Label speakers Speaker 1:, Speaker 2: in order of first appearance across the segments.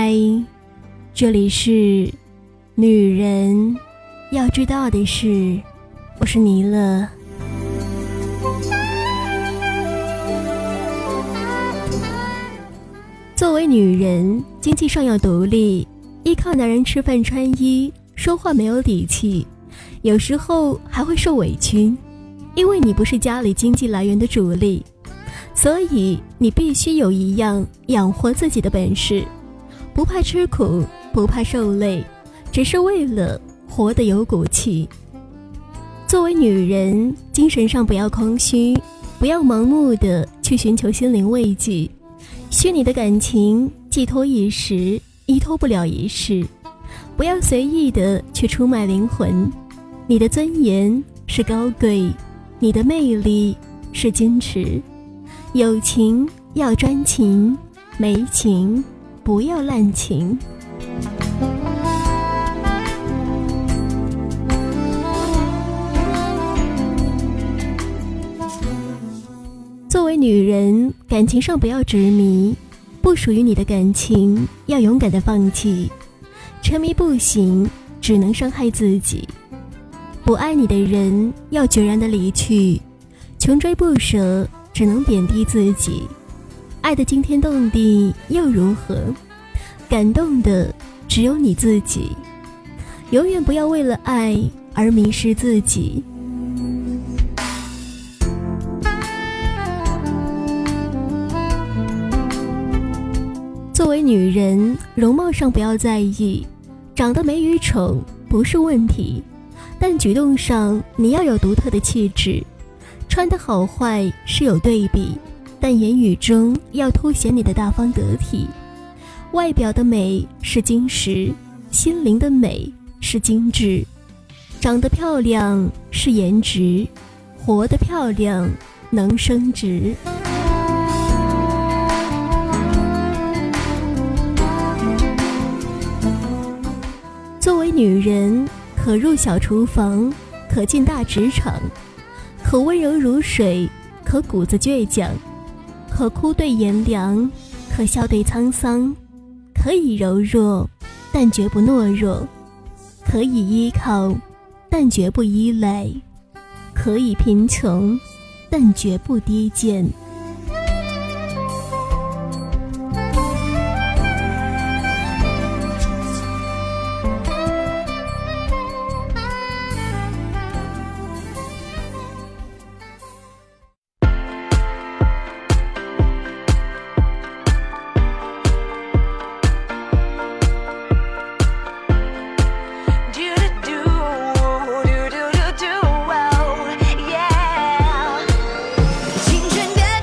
Speaker 1: 嗨，这里是女人要知道的事，我是尼乐。作为女人，经济上要独立，依靠男人吃饭穿衣，说话没有底气，有时候还会受委屈，因为你不是家里经济来源的主力，所以你必须有一样养活自己的本事，不怕吃苦，不怕受累，只是为了活得有骨气。作为女人，精神上不要空虚，不要盲目的去寻求心灵慰藉，虚拟的感情寄托一时，依托不了一世，不要随意的去出卖灵魂。你的尊严是高贵，你的魅力是矜持，有情要专情，没情不要滥情。作为女人，感情上不要执迷，不属于你的感情要勇敢地放弃，沉迷不行，只能伤害自己。不爱你的人要决然地离去，穷追不舍只能贬低自己。爱得惊天动地又如何？感动的只有你自己。永远不要为了爱而迷失自己。作为女人，容貌上不要在意，长得美与丑不是问题，但举动上你要有独特的气质。穿的好坏是有对比，但言语中要凸显你的大方得体。外表的美是金石，心灵的美是精致。长得漂亮是颜值，活得漂亮能升值。作为女人，可入小厨房，可进大职场，可温柔如水，可骨子倔强，可哭对炎凉，可笑对沧桑，可以柔弱，但绝不懦弱，可以依靠，但绝不依赖，可以贫穷，但绝不低贱。
Speaker 2: 青春别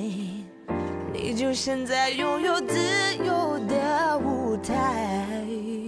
Speaker 2: 你就现在拥有自由的舞台。